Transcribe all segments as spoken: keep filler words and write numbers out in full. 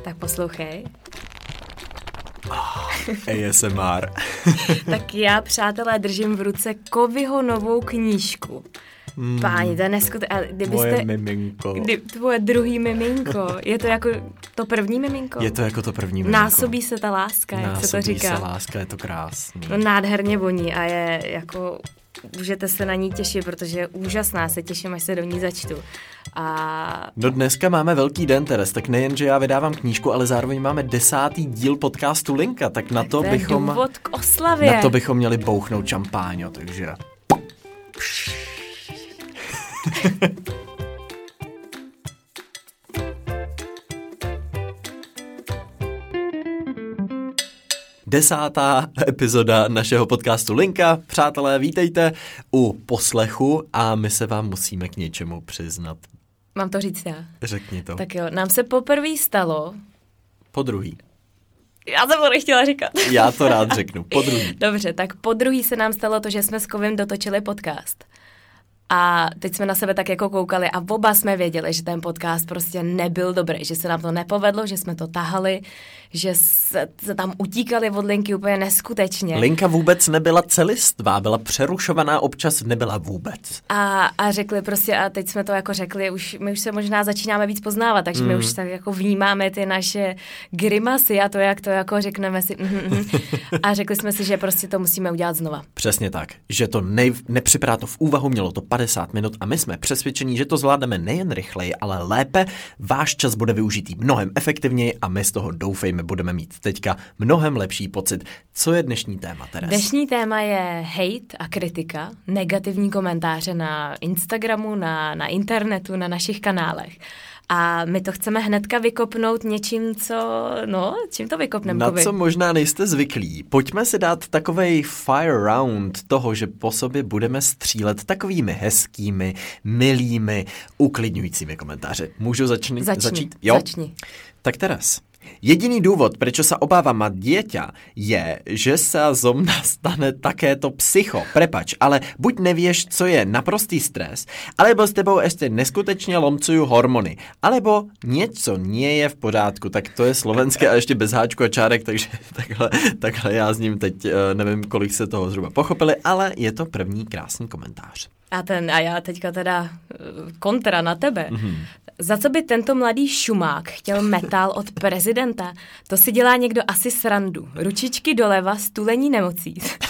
Tak poslouchej. Oh, A S M R. Tak já, přátelé, držím v ruce Kovyho novou knížku. Hmm. Páni, to je neskutečné. Moje miminko. Kdy, tvoje druhý miminko. Je to jako to první miminko? Je to jako to první miminko. Násobí se ta láska, jak Násobí se to říká. Násobí se láska, je to krásný. No, nádherně voní a je jako... Můžete se na ní těšit, protože je úžasná, se těším, až se do ní začtu. A... No dneska máme velký den, Teres, tak nejen, že já vydávám knížku, ale zároveň máme desátý díl podcastu Linka, tak na to, to bychom... důvod k oslavě. Na to bychom měli bouchnout šampáňo, takže... Desátá epizoda našeho podcastu Linka. Přátelé, vítejte u poslechu a my se vám musíme k něčemu přiznat. Mám to říct já? Řekni to. Tak jo, nám se poprvé stalo... Po druhý. Já jsem to nechtěla říkat. Já to rád řeknu, po druhý. Dobře, tak po druhý se nám stalo to, že jsme s Kovym dotočili podcast. A teď jsme na sebe tak jako koukali a oba jsme věděli, že ten podcast prostě nebyl dobrý, že se nám to nepovedlo, že jsme to tahali, že se, se tam utíkali od Linky úplně neskutečně. Linka vůbec nebyla celistvá, byla přerušovaná, občas nebyla vůbec. A, a řekli prostě, a teď jsme to jako řekli, už, my už se možná začínáme víc poznávat, takže mm. my už tak jako vnímáme ty naše grimasy a to, jak to jako řekneme si. A řekli jsme si, že prostě to musíme udělat znova. Přesně tak, že to nej, nepřipadá to v úvahu, mělo to padesát minut a my jsme přesvědčení, že to zvládneme nejen rychleji, ale lépe. Váš čas bude využitý mnohem efektivněji a my z toho doufejme budeme mít teďka mnohem lepší pocit. Co je dnešní téma, Teres? Dnešní téma je hate a kritika, negativní komentáře na Instagramu, na, na internetu, na našich kanálech. A my to chceme hnedka vykopnout něčím, co, no, čím to vykopneme, Na Kovy? co možná nejste zvyklí. Pojďme si dát takovej fire round toho, že po sobě budeme střílet takovými hezkými, milými, uklidňujícími komentáři. Můžu začni, začni, začít? Jo? Začni. Tak teraz. Jediný důvod, prečo sa obávam mať dieťa, je, že sa zo mňa stane takéto psycho. Prepač, ale buď nevieš, co je naprostý stres, alebo s tebou ešte neskutečne lomcujú hormony, alebo niečo nie je v pořádku. Tak to je slovenské a ešte bez háčku a čárek, takže takhle, takhle já s ním teď nevím, kolik se toho zhruba pochopili, ale je to první krásný komentář. A, ten, a já teďka teda kontra na tebe. Mm-hmm. Za co by tento mladý šumák chtěl metál od prezidenta? To si dělá někdo asi srandu. Ručičky doleva, stulení nemocí.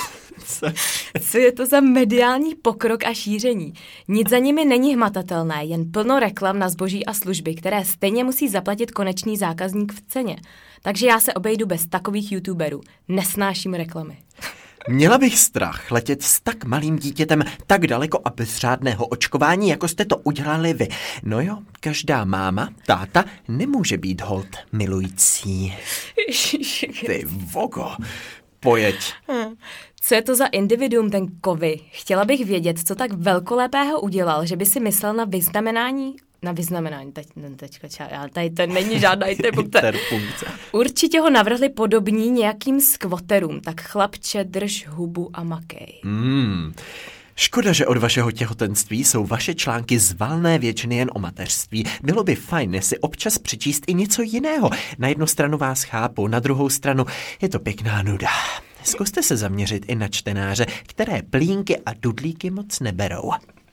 Co je to za mediální pokrok a šíření? Nic za nimi není hmatatelné, jen plno reklam na zboží a služby, které stejně musí zaplatit konečný zákazník v ceně. Takže já se obejdu bez takových youtuberů. Nesnáším reklamy. Měla bych strach letět s tak malým dítětem tak daleko a bez řádného očkování, jako jste to udělali vy. No jo, každá máma, táta nemůže být hold milující. Ty vogo, pojeď. Co je to za individuum, ten Kovy? Chtěla bych vědět, co tak velkolepého udělal, že by si myslel na vyznamenání... Na vyznamenání, teď, teďka ča, tady to není žádná interpunkce. Určitě ho navrhli podobní nějakým skvoterům, tak chlapče, drž hubu a makej. Mm. Škoda, že od vašeho těhotenství jsou vaše články z valné většiny jen o mateřství. Bylo by fajn si občas přečíst i něco jiného. Na jednu stranu vás chápu, na druhou stranu je to pěkná nuda. Zkuste se zaměřit i na čtenáře, které plínky a dudlíky moc neberou.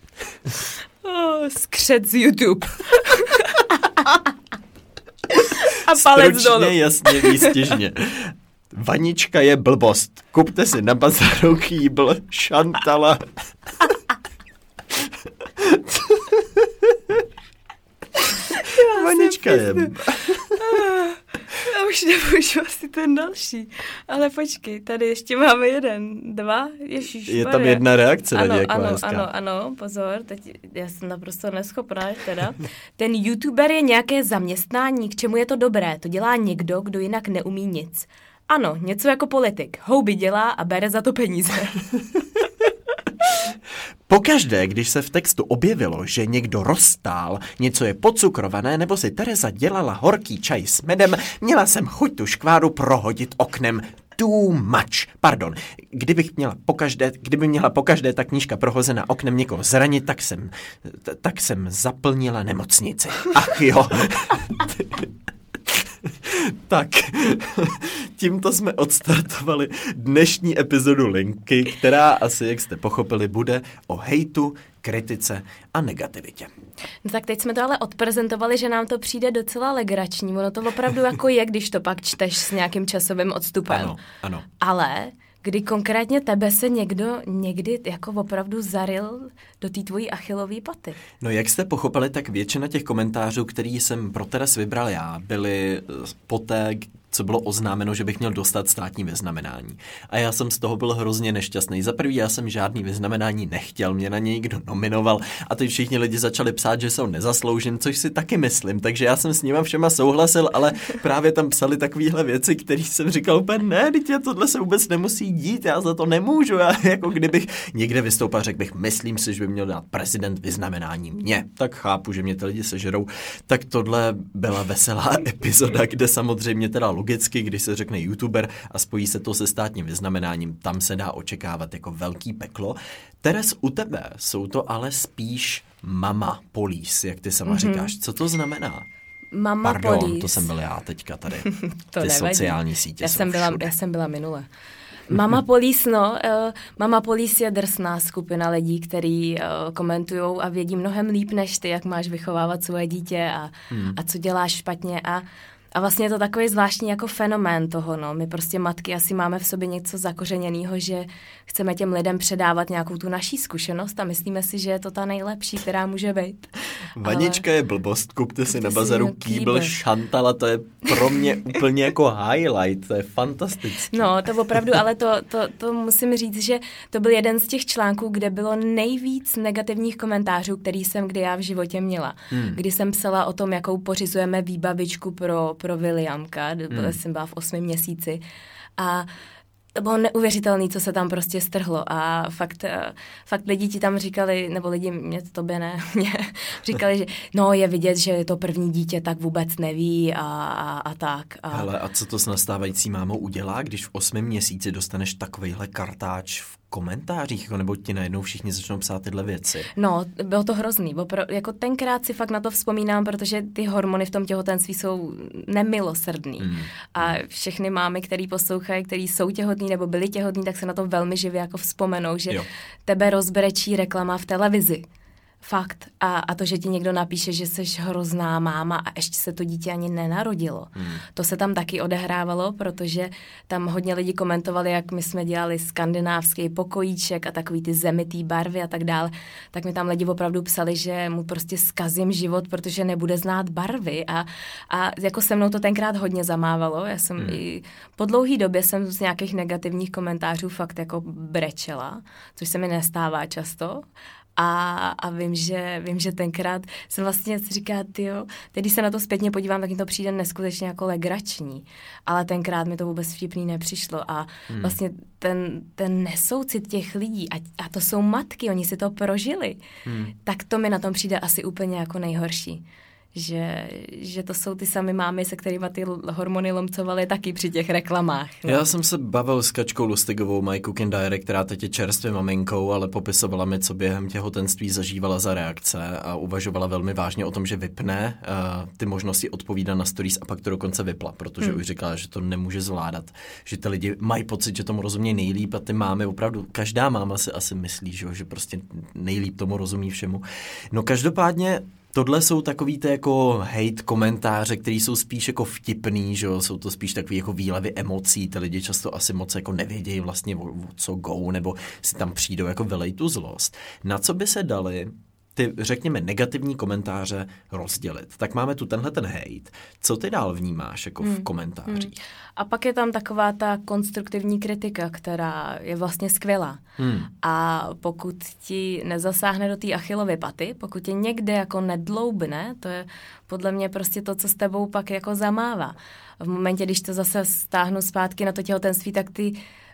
Oh, skřet z YouTube. A palec Stručně, dolů. jasně, výstižně. Vanička je blbost. Kupte si na bazaru kýbl Šantala. Vanička je... Já už nemůžu asi ten další. Ale počkej, tady ještě máme jeden, dva, ježiš. Je tam jedna reakce na nějakou Ano, hezká. ano, ano, pozor, teď já jsem naprosto neschopná teda. Ten youtuber je nějaké zaměstnání, k čemu je to dobré, to dělá někdo, kdo jinak neumí nic. Ano, něco jako politik, houby dělá a bere za to peníze. Pokaždé, když se v textu objevilo, že někdo roztál, něco je podcukrované, nebo si Tereza dělala horký čaj s medem, měla jsem chuť tu škváru prohodit oknem. Too much. Pardon. Kdybych měla pokaždé, kdyby měla pokaždé ta knížka prohozená oknem někoho zranit, tak jsem, t- tak jsem zaplnila nemocnici. Ach jo. Tak, tímto jsme odstartovali dnešní epizodu Linky, která asi, jak jste pochopili, bude o hejtu, kritice a negativitě. No tak teď jsme to ale odprezentovali, že nám to přijde docela legrační. Ono to opravdu jako je, když to pak čteš s nějakým časovým odstupem. Ano, ano. Ale kdy konkrétně tebe se někdo někdy jako opravdu zaril do té tvojí achillový paty? No jak jste pochopili, tak většina těch komentářů, který jsem pro Teres vybral já, byly poté, co bylo oznámeno, že bych měl dostat státní vyznamenání. A já jsem z toho byl hrozně nešťastný. Za prvý, já jsem žádný vyznamenání nechtěl, mě na něj někdo nominoval a teď všichni lidi začali psát, že se ho nezasloužím, což si taky myslím, takže já jsem s nima všema souhlasil, ale právě tam psali takovýhle věci, které jsem říkal úplně ne, dítě, tohle se vůbec nemusí dít, já za to nemůžu. Já jako kdybych někde vystoupil, řekl bych, myslím si, že by měl dát prezident vyznamenání mě. Tak chápu, že mě ty lidi sežerou. Tak tohle byla veselá epizoda, kde samozřejmě teda logicky, když se řekne youtuber a spojí se to se státním vyznamenáním, tam se dá očekávat jako velký peklo. Teres, u tebe jsou to ale spíš mama police, jak ty sama mm-hmm. říkáš. Co to znamená? Mama Pardon, police. to jsem byl já teďka tady. to ty nevadí. Sociální sítě já jsou jsem byla, všude. Já jsem byla minule. Mama Police, no, uh, Mama Police je drsná skupina lidí, který uh, komentujou a vědí mnohem líp než ty, jak máš vychovávat svoje dítě a, hmm. a co děláš špatně a A vlastně je to takový zvláštní jako fenomén toho, no. My prostě matky asi máme v sobě něco zakořeněného, že chceme těm lidem předávat nějakou tu naší zkušenost a myslíme si, že je to ta nejlepší, která může být. Vanička Ale... je blbost, kupte si kupte na bazaru si kýbl Šantala, to je pro mě úplně jako highlight, to je fantastické. No, to opravdu, ale to, to, to musím říct, že to byl jeden z těch článků, kde bylo nejvíc negativních komentářů, který jsem kdy já v životě měla. Hmm. Kdy jsem psala o tom, jakou pořizujeme výbavičku pro pro Williamka, hmm. jsem byla v osmi měsíci a to bylo neuvěřitelné, co se tam prostě strhlo a fakt, fakt lidi ti tam říkali, nebo lidi, mě to tobě ne, mě říkali, že no je vidět, že je to první dítě, tak vůbec neví a, a, a tak. A... Hele, a co to s nastávající mámou udělá, když v osmém měsíci dostaneš takovejhle kartáč v komentářích, nebo ti najednou všichni začnou psát tyhle věci? No, bylo to hrozný. Opra- jako tenkrát si fakt na to vzpomínám, protože ty hormony v tom těhotenství jsou nemilosrdný. Mm. A všechny mámy, který poslouchají, který jsou těhotní nebo byli těhotní, tak se na to velmi živě jako vzpomenou, že jo. Tebe rozberečí reklama v televizi. Fakt. A, a to, že ti někdo napíše, že jsi hrozná máma a ještě se to dítě ani nenarodilo. Hmm. To se tam taky odehrávalo, protože tam hodně lidí komentovali, jak my jsme dělali skandinávský pokojíček a takový ty zemitý barvy a tak dále. Tak mi tam lidi opravdu psali, že mu prostě zkazím život, protože nebude znát barvy. A, a jako se mnou to tenkrát hodně zamávalo. Já jsem hmm. i po dlouhý době jsem z nějakých negativních komentářů fakt jako brečela, což se mi nestává často. A, a vím, že, vím, že tenkrát jsem vlastně si říká, tyjo, teď když se na to zpětně podívám, tak mi to přijde neskutečně jako legrační. Ale tenkrát mi to vůbec vtipný nepřišlo a hmm. vlastně ten, ten nesoucit těch lidí, a, a to jsou matky, oni si to prožili, hmm. tak to mi na tom přijde asi úplně jako nejhorší. Že, že to jsou ty samé mámy, se kterými ty hormony lomcovaly taky při těch reklamách. No. Já jsem se bavil s Kačkou Lustigovou, My Cooking Diary, která teď je čerstvě maminkou, ale popisovala mi, co během těhotenství zažívala za reakce a uvažovala velmi vážně o tom, že vypne uh, ty možnosti odpovídat na stories a pak to dokonce vypla, protože hmm. už říkala, že to nemůže zvládat, že ty lidi mají pocit, že tomu rozumějí nejlíp a ty mámy opravdu, každá máma si asi myslí, že, že prostě nejlíp tomu rozumí všemu. No každopádně tohle jsou takový ty jako hate komentáře, které jsou spíš jako vtipný, že jo? Jsou to spíš takový jako výlevy emocí, ty lidi často asi moc jako nevědějí vlastně o, o co go, nebo si tam přijdou jako vylej tu zlost. Na co by se dali ty, řekněme, negativní komentáře rozdělit? Tak máme tu tenhle ten hate. Co ty dál vnímáš jako hmm. v komentářích? Hmm. A pak je tam taková ta konstruktivní kritika, která je vlastně skvělá. Hmm. A pokud ti nezasáhne do té achillovy paty, pokud tě někde jako nedloubne, to je podle mě prostě to, co s tebou pak jako zamává. V momentě, když to zase stáhnu zpátky na to těhotenství, tak ty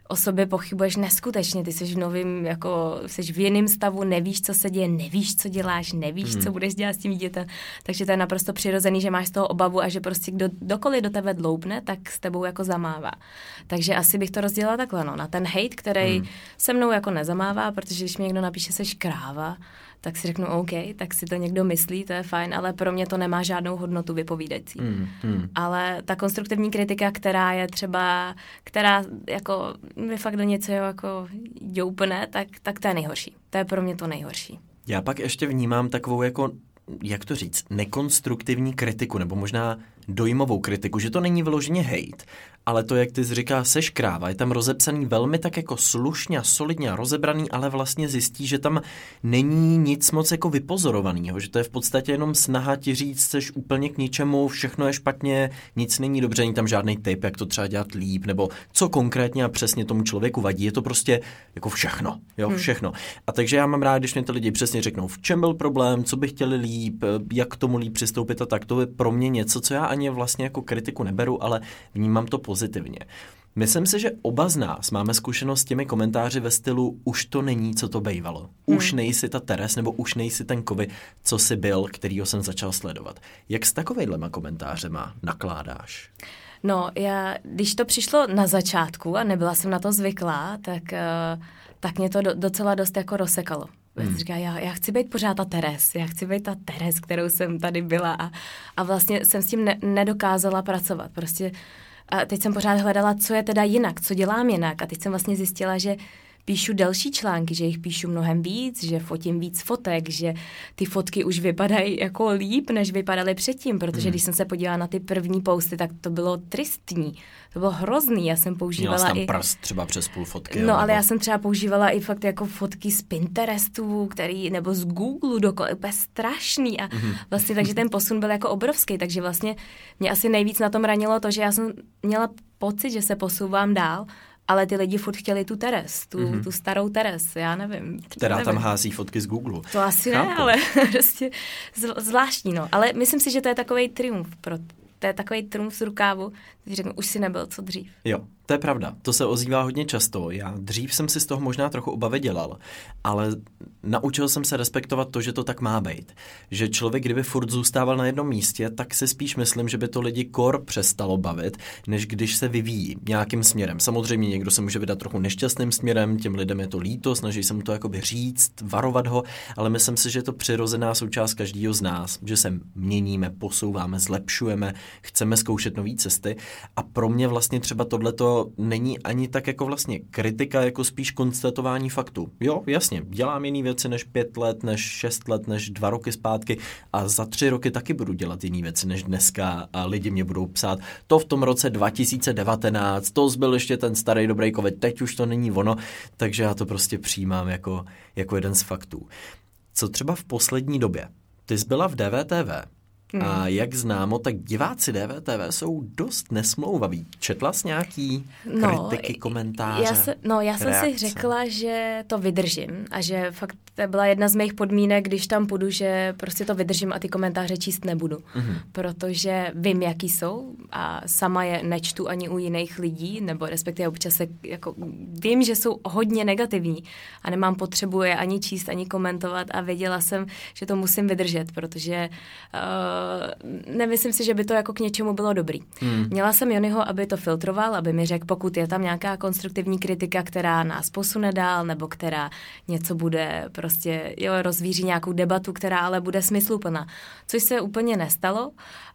o sobě pochybuješ neskutečně, ty jsi v novým, jako jsi v jiném stavu, nevíš, co se děje, nevíš, co děláš, nevíš, hmm. co budeš dělat s tím dítětem, takže to je naprosto přirozený, že máš z toho obavu a že prostě kdo, kdokoliv do tebe dloubne, tak s tebou jako zamává. Takže asi bych to rozdělila takhle, no, na ten hejt, který hmm. se mnou jako nezamává, protože když mi někdo napíše, seš kráva, tak si řeknu OK, tak si to někdo myslí, to je fajn, ale pro mě to nemá žádnou hodnotu vypovídající. Mm, mm. Ale ta konstruktivní kritika, která je třeba, která jako mi fakt do něco jako joupne, tak, tak to je nejhorší. To je pro mě to nejhorší. Já pak ještě vnímám takovou jako, jak to říct, nekonstruktivní kritiku, nebo možná dojmovou kritiku, že to není vyloženě hejt, ale to, jak ty jsi říká, seš kráva, je tam rozepsaný velmi tak jako slušně a solidně a rozebraný, ale vlastně zjistí, že tam není nic moc jako vypozorovaného, že to je v podstatě jenom snaha ti říct, seš úplně k ničemu, všechno je špatně, nic není dobře, není tam žádný tip, jak to třeba dělat líp, nebo co konkrétně a přesně tomu člověku vadí, je to prostě jako všechno, jo, všechno. A takže já mám rád, když mě ty lidi přesně řeknou, v čem byl problém, co by chtěli líp, jak k tomu líp přistoupit a tak, to je pro mě něco, co já ani vlastně jako kritiku neberu, ale vnímám to pozitivně. Myslím si, že oba z nás máme zkušenost s těmi komentáři ve stylu už to není, co to bejvalo. Už nejsi ta Teres, nebo už nejsi ten Kovy, co jsi byl, kterýho jsem začal sledovat. Jak s takovejhlema komentářema nakládáš? No, já, když to přišlo na začátku a nebyla jsem na to zvyklá, tak, uh, tak mě to do, docela dost jako rozsekalo. Hmm. Říká, já, já chci být pořád ta Teres, já chci být ta Teres, kterou jsem tady byla a, a vlastně jsem s tím ne, nedokázala pracovat. Prostě a teď jsem pořád hledala, co je teda jinak, co dělám jinak a teď jsem vlastně zjistila, že píšu delší články, že jich píšu mnohem víc, že fotím víc fotek, že ty fotky už vypadají jako líp, než vypadaly předtím, protože mm. když jsem se podívala na ty první posty, tak to bylo tristní, to bylo hrozný, já jsem používala Měla jsi tam i... prst třeba přes půl fotky. No, nebo... ale já jsem třeba používala i fakt jako fotky z Pinterestu, který, nebo z Google dokonce, úplně strašný a mm. vlastně, takže ten posun byl jako obrovský, takže vlastně mě asi nejvíc na tom ranilo to, že já jsem měla pocit, že se posouvám dál, ale ty lidi furt chtěli tu Teres, tu, mm-hmm. tu starou Teres, já nevím. Která nevím. tam hází fotky z Google. To asi Chápu. ne, ale prostě zvláštní, no. Ale myslím si, že to je takovej triumf, pro, to je takovej triumf z rukávu, když řeknu, už si nebyl, co dřív. Jo, to je pravda. To se ozývá hodně často. Já dřív jsem si z toho možná trochu obavy dělal, ale naučil jsem se respektovat to, že to tak má být. Že člověk, kdyby furt zůstával na jednom místě, tak si spíš myslím, že by to lidi kor přestalo bavit, než když se vyvíjí nějakým směrem. Samozřejmě někdo se může vydat trochu nešťastným směrem, těm lidem je to líto, snaží se mu to jakoby říct, varovat ho, ale myslím si, že je to přirozená součást každého z nás, že se měníme, posouváme, zlepšujeme, chceme zkoušet nové cesty a pro mě vlastně třeba tohleto není ani tak jako vlastně kritika, jako spíš konstatování faktu. Jo, jasně, dělám jiný věci než pět let, než šest let, než dva roky zpátky a za tři roky taky budu dělat jiný věci než dneska a lidi mě budou psát, to v tom roce dva tisíce devatenáct, to byl ještě ten starý dobrý covid, teď už to není ono, takže já to prostě přijímám jako, jako jeden z faktů. Co třeba v poslední době? Ty jsi byla v D V T V. Hmm. A jak známo, tak diváci D V T V jsou dost nesmlouvaví. Četla jsi nějaký kritiky, no, komentáře, já se, No, já jsem reakce? si řekla, že to vydržím a že fakt to byla jedna z mých podmínek, když tam půjdu, že prostě to vydržím a ty komentáře číst nebudu. Hmm. Protože vím, jaký jsou a sama je nečtu ani u jiných lidí, nebo respektive občas se jako, vím, že jsou hodně negativní a nemám potřebu je ani číst, ani komentovat a věděla jsem, že to musím vydržet, protože uh, nemyslím si, že by to jako k něčemu bylo dobrý. Hmm. Měla jsem Jonyho, aby to filtroval, aby mi řekl, pokud je tam nějaká konstruktivní kritika, která nás posune dál, nebo která něco bude prostě, jo, rozvíří nějakou debatu, která ale bude smysluplná. Což se úplně nestalo,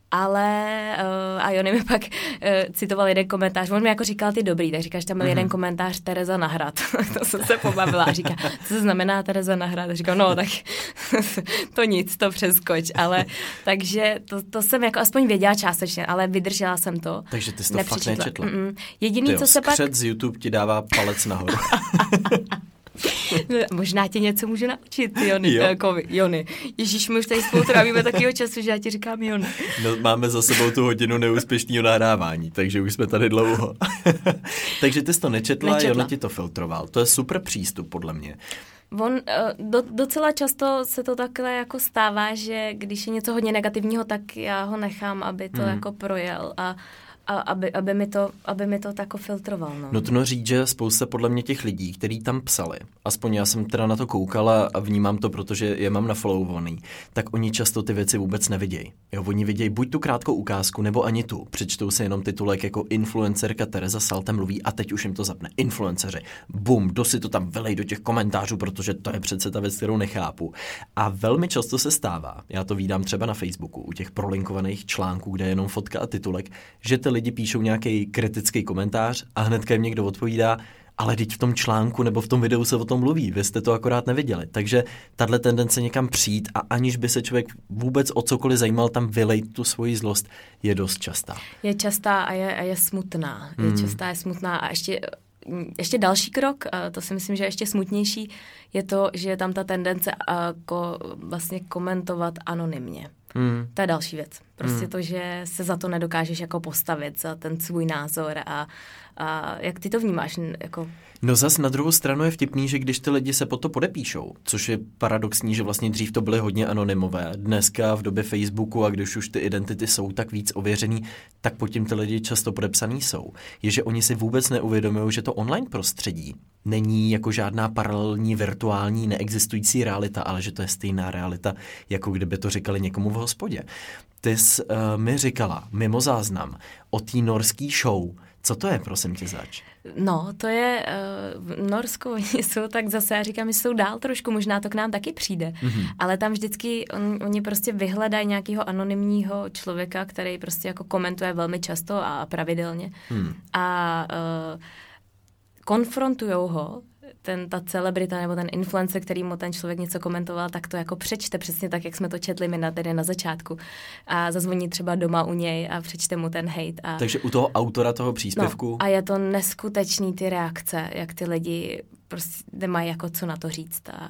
ale uh, a Jony mi pak uh, citoval jeden komentář, on mi jako říkal ty dobrý, tak říkáš, tam byl mm-hmm. jeden komentář Tereza Nahrad. To jsem se pobavila a říká, co to znamená Tereza Nahrad? A říkal, no tak to nic, to přeskoč, ale takže to, to jsem jako aspoň věděla částečně, ale vydržela jsem to. Takže ty jsi to fakt nečetla. Mm-mm. Jediný, Tyjo, co se pak... z YouTube ti dává palec nahoru. Možná tě něco můžu naučit, Jony. Jo. Jako, Jony. Ježíš, my už tady spolu trávíme takového času, že já ti říkám Jony. No, máme za sebou tu hodinu neúspěšného nahrávání, takže už jsme tady dlouho. Takže ty jsi to nečetla, nečetla. Jony ti to filtroval. To je super přístup, podle mě. On, do, docela často se to takhle jako stává, že když je něco hodně negativního, tak já ho nechám, aby to hmm. jako projel a a aby, aby, mi to, aby mi to tako filtroval. No. Nutno říct, že spousta podle mě těch lidí, kteří tam psali, aspoň já jsem teda na to koukala a vnímám to, protože je mám nafollowovaný, tak oni často ty věci vůbec nevidějí. Jo, oni vidějí buď tu krátkou ukázku, nebo ani tu. Přečtou si jenom titulek jako influencerka Tereza Salte mluví a teď už jim to zapne. Influenceři. Bum, kdo si to tam vylej do těch komentářů, protože to je přece ta věc, kterou nechápu. A velmi často se stává, já to vídám třeba na Facebooku, u těch prolinkovaných článků, kde je jenom fotka a titulek, že ty lidi píšou nějaký kritický komentář a hnedka jim někdo odpovídá, ale teď v tom článku nebo v tom videu se o tom mluví, vy jste to akorát neviděli. Takže tahle tendence někam přijít a aniž by se člověk vůbec o cokoliv zajímal, tam vylejt tu svoji zlost, je dost častá. Je častá a je, a je smutná. Je mm. častá, je smutná a ještě... Ještě další krok, a to si myslím, že je ještě smutnější, je to, že je tam ta tendence a ko, vlastně komentovat anonymně. Hmm. To je další věc. Prostě hmm. to, že se za to nedokážeš jako postavit, za ten svůj názor a, a jak ty to vnímáš? Jako... No zas na druhou stranu je vtipný, že když ty lidi se po to podepíšou, což je paradoxní, že vlastně dřív to byly hodně anonymové. Dneska v době Facebooku a když už ty identity jsou tak víc ověřený, tak pod tím ty lidi často podepsaný jsou. Je, že oni si vůbec neuvědomují, že to online prostředí není jako žádná paralelní, virtuální, neexistující realita, ale že to je stejná realita, jako kdyby to říkali někomu v hospodě. Ty jsi uh, mi říkala mimo záznam o té norský show. Co to je, prosím tě, zač? No, to je uh, v Norsku, oni jsou tak zase, já říkám, že jsou dál trošku, možná to k nám taky přijde, mm-hmm. ale tam vždycky on, oni prostě vyhledají nějakého anonymního člověka, který prostě jako komentuje velmi často a pravidelně mm. a uh, konfrontujou ho, ten, ta celebrita nebo ten influencer, který mu ten člověk něco komentoval, tak to jako přečte přesně tak, jak jsme to četli my na, tedy na začátku. A zazvoní třeba doma u něj a přečte mu ten hejt. A... Takže u toho autora toho příspěvku? No, a je to neskutečný ty reakce, jak ty lidi prostě nemají jako co na to říct. A,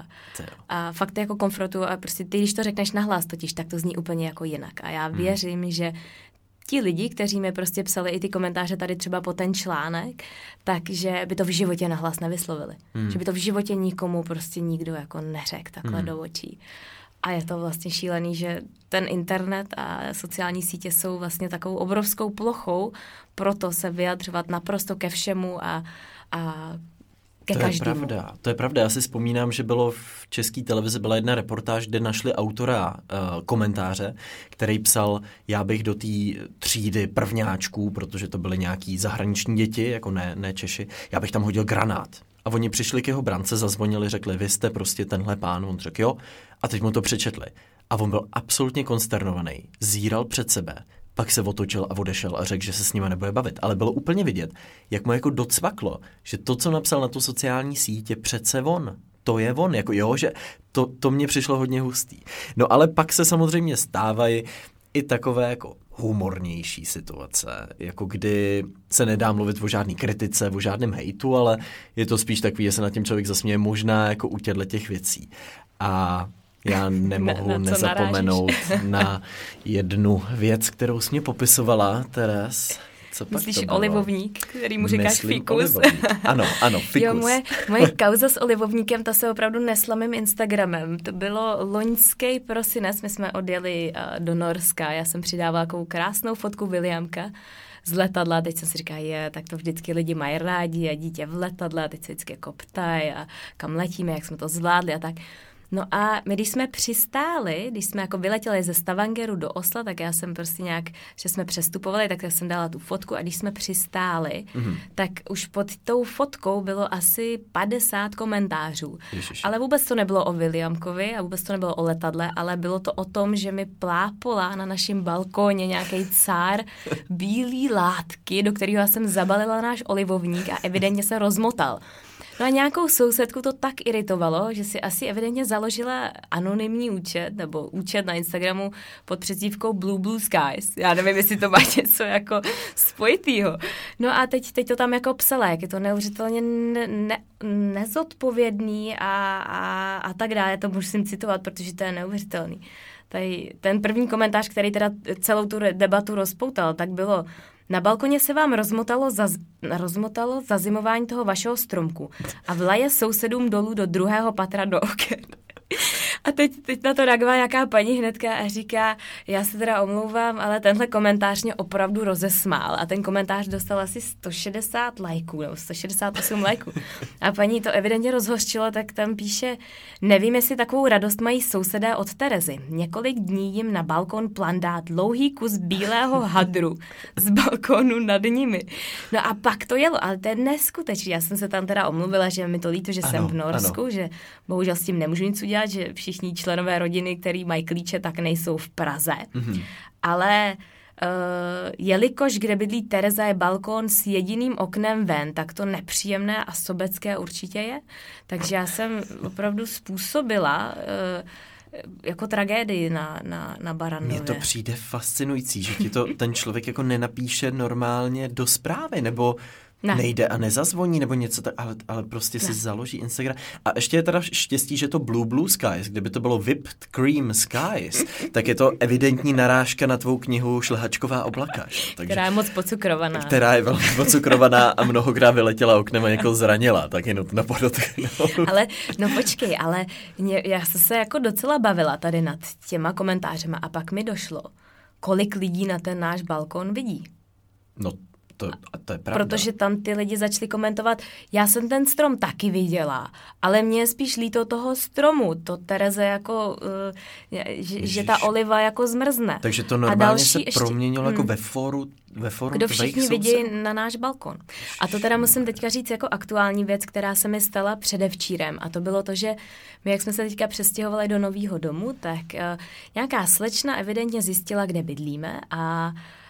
a fakt jako konfrontují a prostě ty, když to řekneš nahlas totiž, tak to zní úplně jako jinak. A já věřím, hmm. že ti lidi, kteří mi prostě psali i ty komentáře tady třeba po ten článek, takže by to v životě nahlas nevyslovili. Hmm. Že by to v životě nikomu prostě nikdo jako neřekl takhle hmm. do očí. A je to vlastně šílený, že ten internet a sociální sítě jsou vlastně takovou obrovskou plochou, proto se vyjadřovat naprosto ke všemu a, a ke to každému. Je pravda, to je pravda. Já si vzpomínám, že bylo v české televizi byla jedna reportáž, kde našli autora uh, komentáře, který psal, já bych do té třídy prvňáčků, protože to byly nějaký zahraniční děti, jako ne, ne Češi, já bych tam hodil granát. A oni přišli k jeho brance, zazvonili, řekli, vy jste prostě tenhle pán, on řekl jo, a teď mu to přečetli. A on byl absolutně konsternovaný, zíral před sebe, pak se otočil a odešel a řekl, že se s nima nebude bavit. Ale bylo úplně vidět, jak mu jako docvaklo, že to, co napsal na tu sociální síť, je přece on. To je on, jako jo, že to, to mně přišlo hodně hustý. No ale pak se samozřejmě stávají i takové jako humornější situace, jako kdy se nedá mluvit o žádný kritice, o žádném hejtu, ale je to spíš takový, že se nad tím člověk zasměje možná jako u těchto těch věcí. A já nemohu na, na nezapomenout narážíš? Na jednu věc, kterou jsi mě popisovala, Teres. Co Myslíš olivovník, který mu říkáš Myslím fikus? Olivovník. Ano, ano, fikus. Jo, moje, moje kauza s olivovníkem, ta se opravdu nesla mým Instagramem. To bylo loňský prosinec, my jsme odjeli uh, do Norska, já jsem přidávala takovou krásnou fotku Williamka z letadla, teď jsem si říkala, je, tak to vždycky lidi mají rádi a dítě v letadle a teď se vždycky jako ptají a kam letíme, jak jsme to zvládli a tak. No a my, když jsme přistáli, když jsme jako vyletěli ze Stavangeru do Osla, tak já jsem prostě nějak, že jsme přestupovali, tak já jsem dala tu fotku a když jsme přistáli, mm-hmm. tak už pod tou fotkou bylo asi padesát komentářů. Ježiši. Ale vůbec to nebylo o Williamkovi a vůbec to nebylo o letadle, ale bylo to o tom, že mi plápola na našem balkóně nějaký cár bílý látky, do kterého já jsem zabalila náš olivovník a evidentně se rozmotal. No a nějakou sousedku to tak iritovalo, že si asi evidentně založila anonymní účet, nebo účet na Instagramu pod přezdívkou Blue Blue Skies. Já nevím, jestli to má něco jako spojitýho. No a teď, teď to tam jako psala, jak je to neuvěřitelně ne, ne, nezodpovědný a, a, a tak dále. Já to musím citovat, protože to je neuvěřitelný. Tady, ten první komentář, který teda celou tu debatu rozpoutal, tak bylo: na balkoně se vám rozmotalo, zaz, rozmotalo zazimování toho vašeho stromku a vlaje sousedům dolů do druhého patra do oken. A teď, teď na to reagovala nějaká paní hnedka a říká, já se teda omlouvám, ale tenhle komentář mě opravdu rozesmál. A ten komentář dostal asi sto šedesát lajků, nebo sto šedesát osm lajků. A paní to evidentně rozhořčilo, tak tam píše, nevím, jestli takovou radost mají sousedé od Terezy. Několik dní jim na balkon plandá dlouhý kus bílého hadru z balkónu nad nimi. No a pak to jelo, ale to je neskutečný. Já jsem se tam teda omluvila, že mi to líto, že ano, jsem v Norsku, ano. Že bohužel s tím nemůžu nic udělat, že všichni členové rodiny, který mají klíče, tak nejsou v Praze. Mm-hmm. Ale uh, jelikož kde bydlí Tereza je balkón s jediným oknem ven, tak to nepříjemné a sobecké určitě je. Takže já jsem opravdu způsobila uh, jako tragédii na, na, na Barrandově. Mně to přijde fascinující, že ti to ten člověk jako nenapíše normálně do zprávy, nebo ne. Nejde a nezazvoní, nebo něco tak, ale, ale prostě ne. Si založí Instagram. A ještě je teda štěstí, že to Blue Blue Skies, kdyby to bylo Whipped Cream Skies, tak je to evidentní narážka na tvou knihu Šlehačková oblaka. Takže, která je moc pocukrovaná. Která je velmi pocukrovaná a mnohokrát vyletěla oknem a někoho zranila, tak je nutno podotknout. Ale, no počkej, ale mě, já jsem se jako docela bavila tady nad těma komentářema a pak mi došlo, kolik lidí na ten náš balkon vidí. No To, to je pravda. Protože tam ty lidi začali komentovat, já jsem ten strom taky viděla, ale mě je spíš líto toho stromu, to Tereze jako, uh, že, že ta oliva jako zmrzne. Takže to normálně se proměnilo ještě, jako ve fóru, ve fóru kdo všichni vidí na náš balkon. A to teda musím teďka říct jako aktuální věc, která se mi stala předevčírem. A to bylo to, že my, jak jsme se teďka přestěhovali do nového domu, tak uh, nějaká slečna evidentně zjistila, kde bydlíme a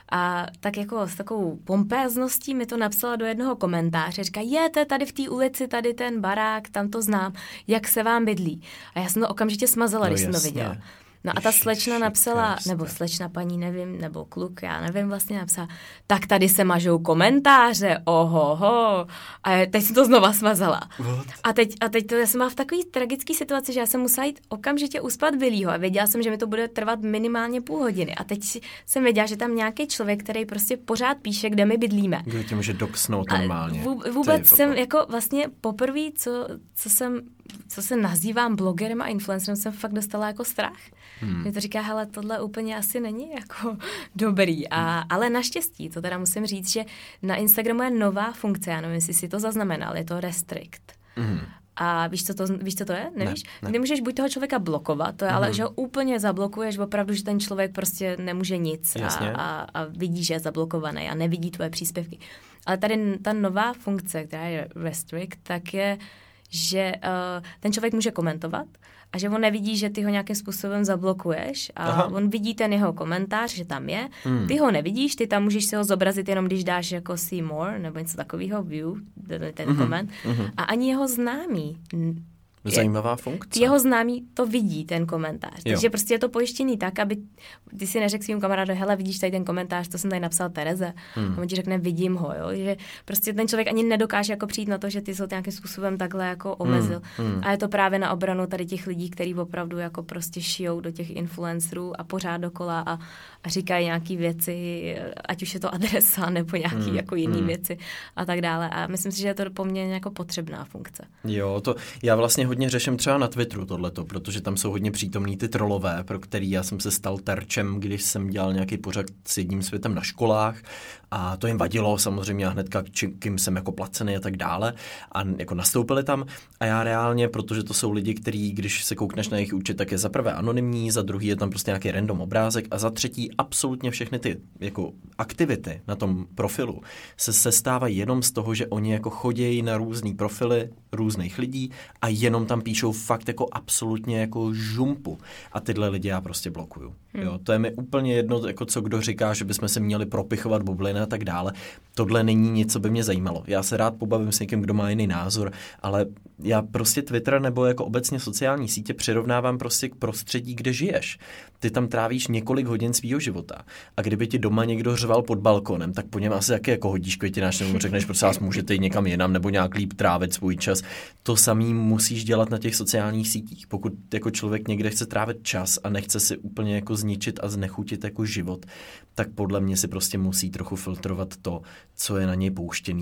A tak jako s takovou pompézností mi to napsala do jednoho komentáře. Říká, je, to je tady v té ulici, tady ten barák, tam to znám, jak se vám bydlí. A já jsem to okamžitě smazala, no, když jasně. jsem to viděla. No a ta slečna napsala, nebo slečna paní, nevím, nebo kluk, já nevím, vlastně napsala, tak tady se mažou komentáře, ohoho. A teď jsem to znova smazala. A teď, a teď to, já jsem byla v takové tragické situaci, že já jsem musela jít okamžitě uspat Billyho a věděla jsem, že mi to bude trvat minimálně půl hodiny. A teď jsem věděla, že tam nějaký člověk, který prostě pořád píše, kde my bydlíme. Kdo tě může doksnout normálně. Vů, vůbec jsem jako vlastně poprvé, co, co jsem, co se nazývám blogerem a influencerem, jsem fakt dostala jako strach. Hmm. Mě to říká, hele, tohle úplně asi není jako dobrý. A, ale naštěstí, to teda musím říct, že na Instagramu je nová funkce, já nevím, jestli si to zaznamenal, je to restrict. Hmm. A víš, co to, víš, co to je? Nevíš? Ne, ne. Kdy můžeš buď toho člověka blokovat, to je, mm. ale že ho úplně zablokuješ, opravdu, že ten člověk prostě nemůže nic a, a, a vidí, že je zablokovaný a nevidí tvoje příspěvky. Ale tady ta nová funkce, která je restrict, tak je, že uh, ten člověk může komentovat a že on nevidí, že ty ho nějakým způsobem zablokuješ a Aha. on vidí ten jeho komentář, že tam je. Hmm. Ty ho nevidíš, ty tam můžeš si ho zobrazit jenom, když dáš jako see more nebo něco takového, view, ten mm-hmm. koment. Mm-hmm. A ani jeho známý Zajímavá funkce. Jeho známí to vidí, ten komentář. Jo. Takže prostě je to pojištěný tak, aby ty si neřekl svým kamarádovi, hele, vidíš tady ten komentář, to jsem tady napsal Tereze. Hmm. A on ti řekne, vidím ho, jo. Že prostě ten člověk ani nedokáže jako přijít na to, že ty jsi ho nějakým způsobem takhle jako omezil. Hmm. Hmm. A je to právě na obranu tady těch lidí, kteří opravdu jako prostě šijou do těch influencerů a pořád dokola a, a říkají nějaký věci, ať už je to adresa nebo nějaký hmm. jako jiný hmm. věci a tak dále. A myslím si, že je to poměrně jako potřebná funkce. Jo, to já vlastně hodně řeším třeba na Twitteru tohleto, protože tam jsou hodně přítomní ty trolové, pro který já jsem se stal terčem, když jsem dělal nějaký pořad s jedním světem na školách a to jim vadilo samozřejmě a hnedka kým jsem jako placený a tak dále a jako nastoupili tam a já reálně, protože to jsou lidi, kteří, když se koukneš na jejich účet, tak je za prvé anonymní, za druhý je tam prostě nějaký random obrázek a za třetí absolutně všechny ty jako aktivity na tom profilu se sestávají jenom z toho, že oni jako chodějí na různý profily různých lidí a jenom tam píšou fakt jako absolutně jako žumpu. A tyhle lidi já prostě blokuju. Hmm. Jo, to je mi úplně jedno, jako co kdo říká, že bychom se měli propichovat bubliny a tak dále. Tohle není nic, co by mě zajímalo. Já se rád pobavím s někým, kdo má jiný názor, ale já prostě Twitter nebo jako obecně sociální sítě přirovnávám prostě k prostředí, kde žiješ. Ty tam trávíš několik hodin svýho života. A kdyby ti doma někdo řval pod balkonem, tak po něm asi taky jako hodíš květináč, nebo řekneš, prosím vás, můžete jít někam jinam nebo nějak líp trávit svůj čas. To samý musíš dělat na těch sociálních sítích. Pokud jako člověk někde chce trávit čas a nechce si úplně jako zničit a znechutit jako život, tak podle mě si prostě musí trochu filtrovat to, co je na něj pouštěný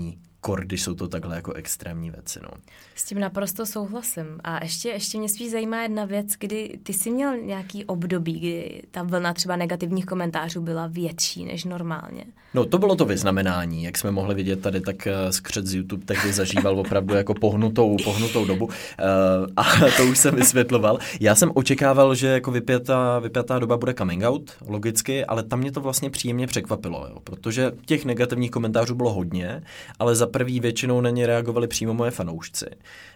kor, když jsou to takhle jako extrémní věci, no. S tím naprosto souhlasím. A ještě, ještě mě spíš zajímá jedna věc, kdy ty jsi měl nějaký období, kdy ta vlna třeba negativních komentářů byla větší než normálně. No to bylo to vyznamenání, jak jsme mohli vidět tady, tak skřet z YouTube tehdy zažíval opravdu jako pohnutou, pohnutou dobu. Uh, a to už jsem vysvětloval. Já jsem očekával, že jako vypjatá, vypjatá doba bude coming out, logicky, ale tam mě to vlastně příjemně překvapilo, jo, protože těch negativních komentářů bylo hodně, ale za prvý většinou na ně reagovali přímo moje fanoušci.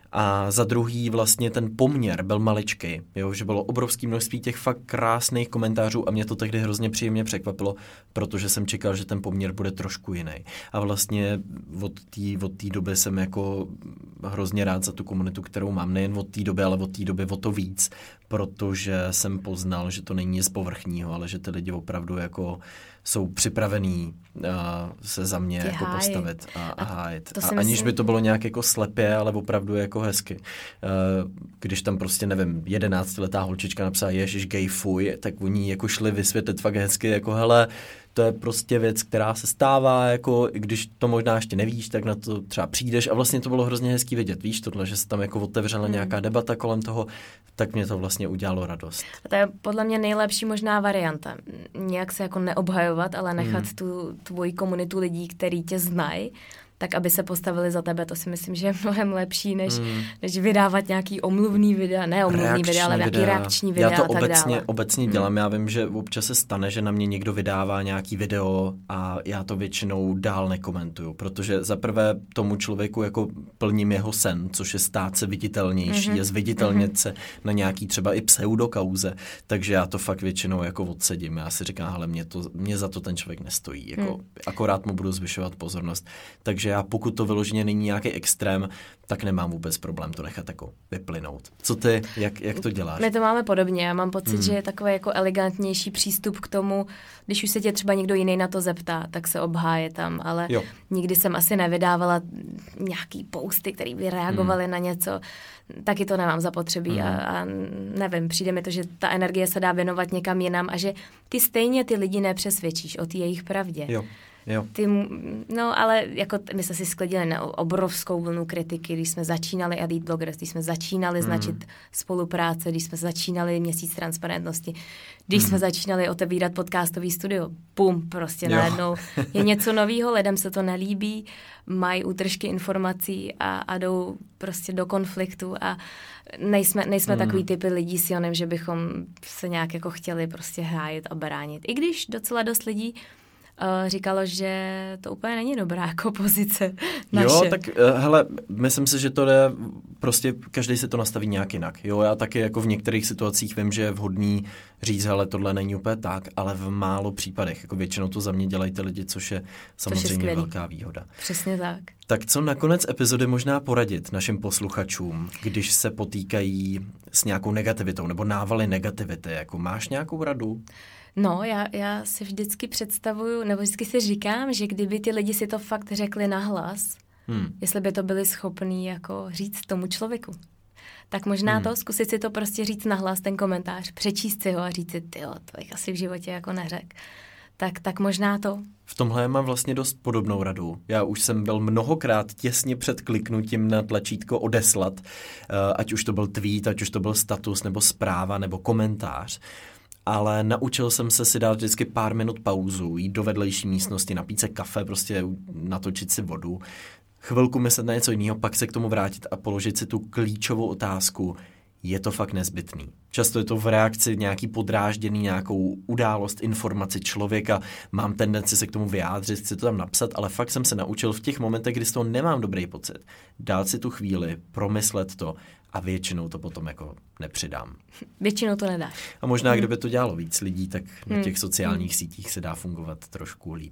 A za druhý vlastně ten poměr byl maličký, jo, že bylo obrovské množství těch fakt krásných komentářů a mě to tehdy hrozně příjemně překvapilo, protože jsem čekal, že ten poměr bude trošku jiný. A vlastně od té od té doby jsem jako hrozně rád za tu komunitu, kterou mám, nejen od té doby, ale od té doby o to víc, protože jsem poznal, že to není nic povrchního, ale že ty lidi opravdu jako jsou připravený uh, se za mě jako postavit a, a hájit. A aniž myslím... by to bylo nějak jako slepě, ale opravdu jako hezky. Uh, když tam prostě, nevím, jedenáctiletá holčička napsala ježiš, gay, fuj, tak oni jako šli vysvětlit fakt hezky, jako hele, to je prostě věc, která se stává, jako i když to možná ještě nevíš, tak na to třeba přijdeš a vlastně to bylo hrozně hezký vidět, víš tohle, že se tam jako otevřela hmm. nějaká debata kolem toho, tak mě to vlastně udělalo radost. A to je podle mě nejlepší možná varianta. Nějak se jako neobhajovat, ale nechat hmm. tu tvoji komunitu lidí, který tě znají, tak aby se postavili za tebe, to si myslím, že je mnohem lepší, než, mm. než vydávat nějaký omluvný videa, ne omluvný videa, ale nějaký reakční videa. Já to a tak obecně, dále. obecně dělám, mm. já vím, že občas se stane, že na mě někdo vydává nějaký video a já to většinou dál nekomentuju, protože zaprvé tomu člověku jako plním jeho sen, což je stát se viditelnější, mm-hmm. je zviditelnět mm-hmm. se na nějaký třeba i pseudokauze, takže já to fakt většinou jako odsedím. Já si říkám, hele, mě, to, mě za to ten člověk nestojí, jako mm. akorát mu budu zvyšovat pozornost, takže já pokud to vyloženě není nějaký extrém, tak nemám vůbec problém to nechat jako vyplynout. Co ty, jak, jak to děláš? My to máme podobně, já mám pocit, hmm. že je takový jako elegantnější přístup k tomu, když už se tě třeba někdo jiný na to zeptá, tak se obháje tam, ale jo. nikdy jsem asi nevydávala nějaký posty, které by reagovaly hmm. na něco, taky to nemám zapotřebí hmm. a, a nevím, přijde mi to, že ta energie se dá věnovat někam jinam a že ty stejně ty lidi nepřesvědčíš o té jejich pravdě. Jo. Jo. Ty, no, ale jako my jsme si sklidili na obrovskou vlnu kritiky, když jsme začínali Elite Bloggers, když jsme začínali mm. značit spolupráce, když jsme začínali měsíc transparentnosti, když mm. jsme začínali otevírat podcastový studio. Bum, prostě jo. najednou je něco novýho, lidem se to nelíbí, mají útržky informací a, a jdou prostě do konfliktu a nejsme, nejsme mm. takový typy lidí s Jonem, že bychom se nějak jako chtěli prostě hájit a bránit. I když docela dost lidí Uh, říkalo, že to úplně není dobrá jako pozice naše. Jo, tak uh, hele, myslím si, že to jde, prostě každý si to nastaví nějak jinak. Jo, já taky jako v některých situacích vím, že je vhodný říct, hele, tohle není úplně tak, ale v málo případech, jako většinou to za mě dělají ty lidi, což je samozřejmě což je velká výhoda. Přesně tak. Tak co nakonec epizody možná poradit našim posluchačům, když se potýkají s nějakou negativitou nebo návaly negativity, jako máš nějakou radu? No, já, já si vždycky představuju, nebo vždycky si říkám, že kdyby ty lidi si to fakt řekli nahlas, hmm. jestli by to byli schopní jako říct tomu člověku. Tak možná hmm. to, zkusit si to prostě říct nahlas, ten komentář, přečíst si ho a říct si, tyjo, to bych asi v životě jako neřekl. Tak, tak možná to. V tomhle mám vlastně dost podobnou radu. Já už jsem byl mnohokrát těsně před kliknutím na tlačítko odeslat, ať už to byl tweet, ať už to byl status, nebo zpráva, nebo komentář. Ale naučil jsem se si dát vždycky pár minut pauzu, jít do vedlejší místnosti, napít se kafe, prostě natočit si vodu, chvilku myslet na něco jiného, pak se k tomu vrátit a položit si tu klíčovou otázku, je to fakt nezbytný. Často je to v reakci nějaký podrážděný, nějakou událost, informaci člověka, mám tendenci se k tomu vyjádřit, chci to tam napsat, ale fakt jsem se naučil v těch momentech, kdy z toho nemám dobrý pocit, dát si tu chvíli, promyslet to a většinou to potom jako nepřidám. Většinou to nedáš. A možná, hmm. kdyby to dělalo víc lidí, tak na těch sociálních hmm. sítích se dá fungovat trošku líp.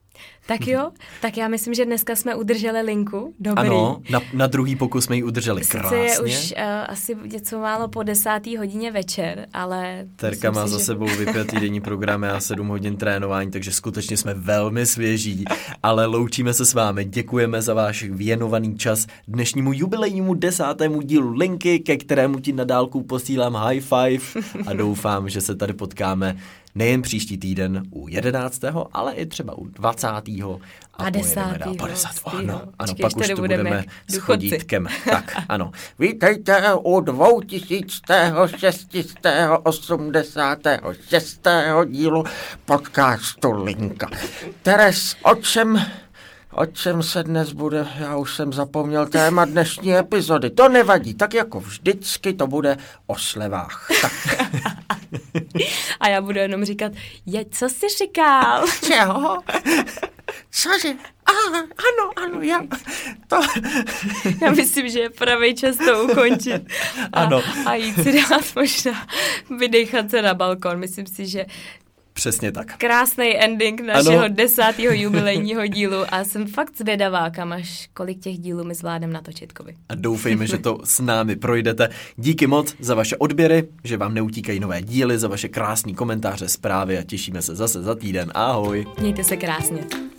Tak jo, tak já myslím, že dneska jsme udrželi linku. Dobrý. Ano, na, na druhý pokus jsme ji udrželi krásně. Sice je už uh, asi něco málo po desátý hodině večer, ale... Terka má si, za že... sebou vypjatý denní program a sedm hodin trénování, takže skutečně jsme velmi svěží, ale loučíme se s vámi. Děkujeme za váš věnovaný čas dnešnímu jubilejnímu desátému dílu Linky, ke kterému ti na dálku posílám high five a doufám, že se tady potkáme nejen příští týden u jedenáctého, ale i třeba u dvacátého a desátého padesátého Ano, ano, Počkej, pak už to budeme s chodítkem. Tak, ano. Vítejte u dvoutisíctého šestistého osmdesátého šestého dílu podcastu Linka. Teres, o čem... O čem se dnes bude, já už jsem zapomněl téma dnešní epizody. To nevadí, tak jako vždycky to bude o slevách. Tak. A já budu jenom říkat, je, co jsi říkal? Čeho? Cože? Ah, ano, ano, já to... Já myslím, že je pravý čas to ukončit. A, ano. A jít si dát možná vydechat se na balkon. Myslím si, že přesně tak. Krásný ending našeho ano. desátého jubilejního dílu a jsem fakt zvědavá, kam až kolik těch dílů my zvládneme natočit, Kovi. A doufejme, že to s námi projdete. Díky moc za vaše odběry, že vám neutíkají nové díly, za vaše krásný komentáře, zprávy a těšíme se zase za týden. Ahoj. Mějte se krásně.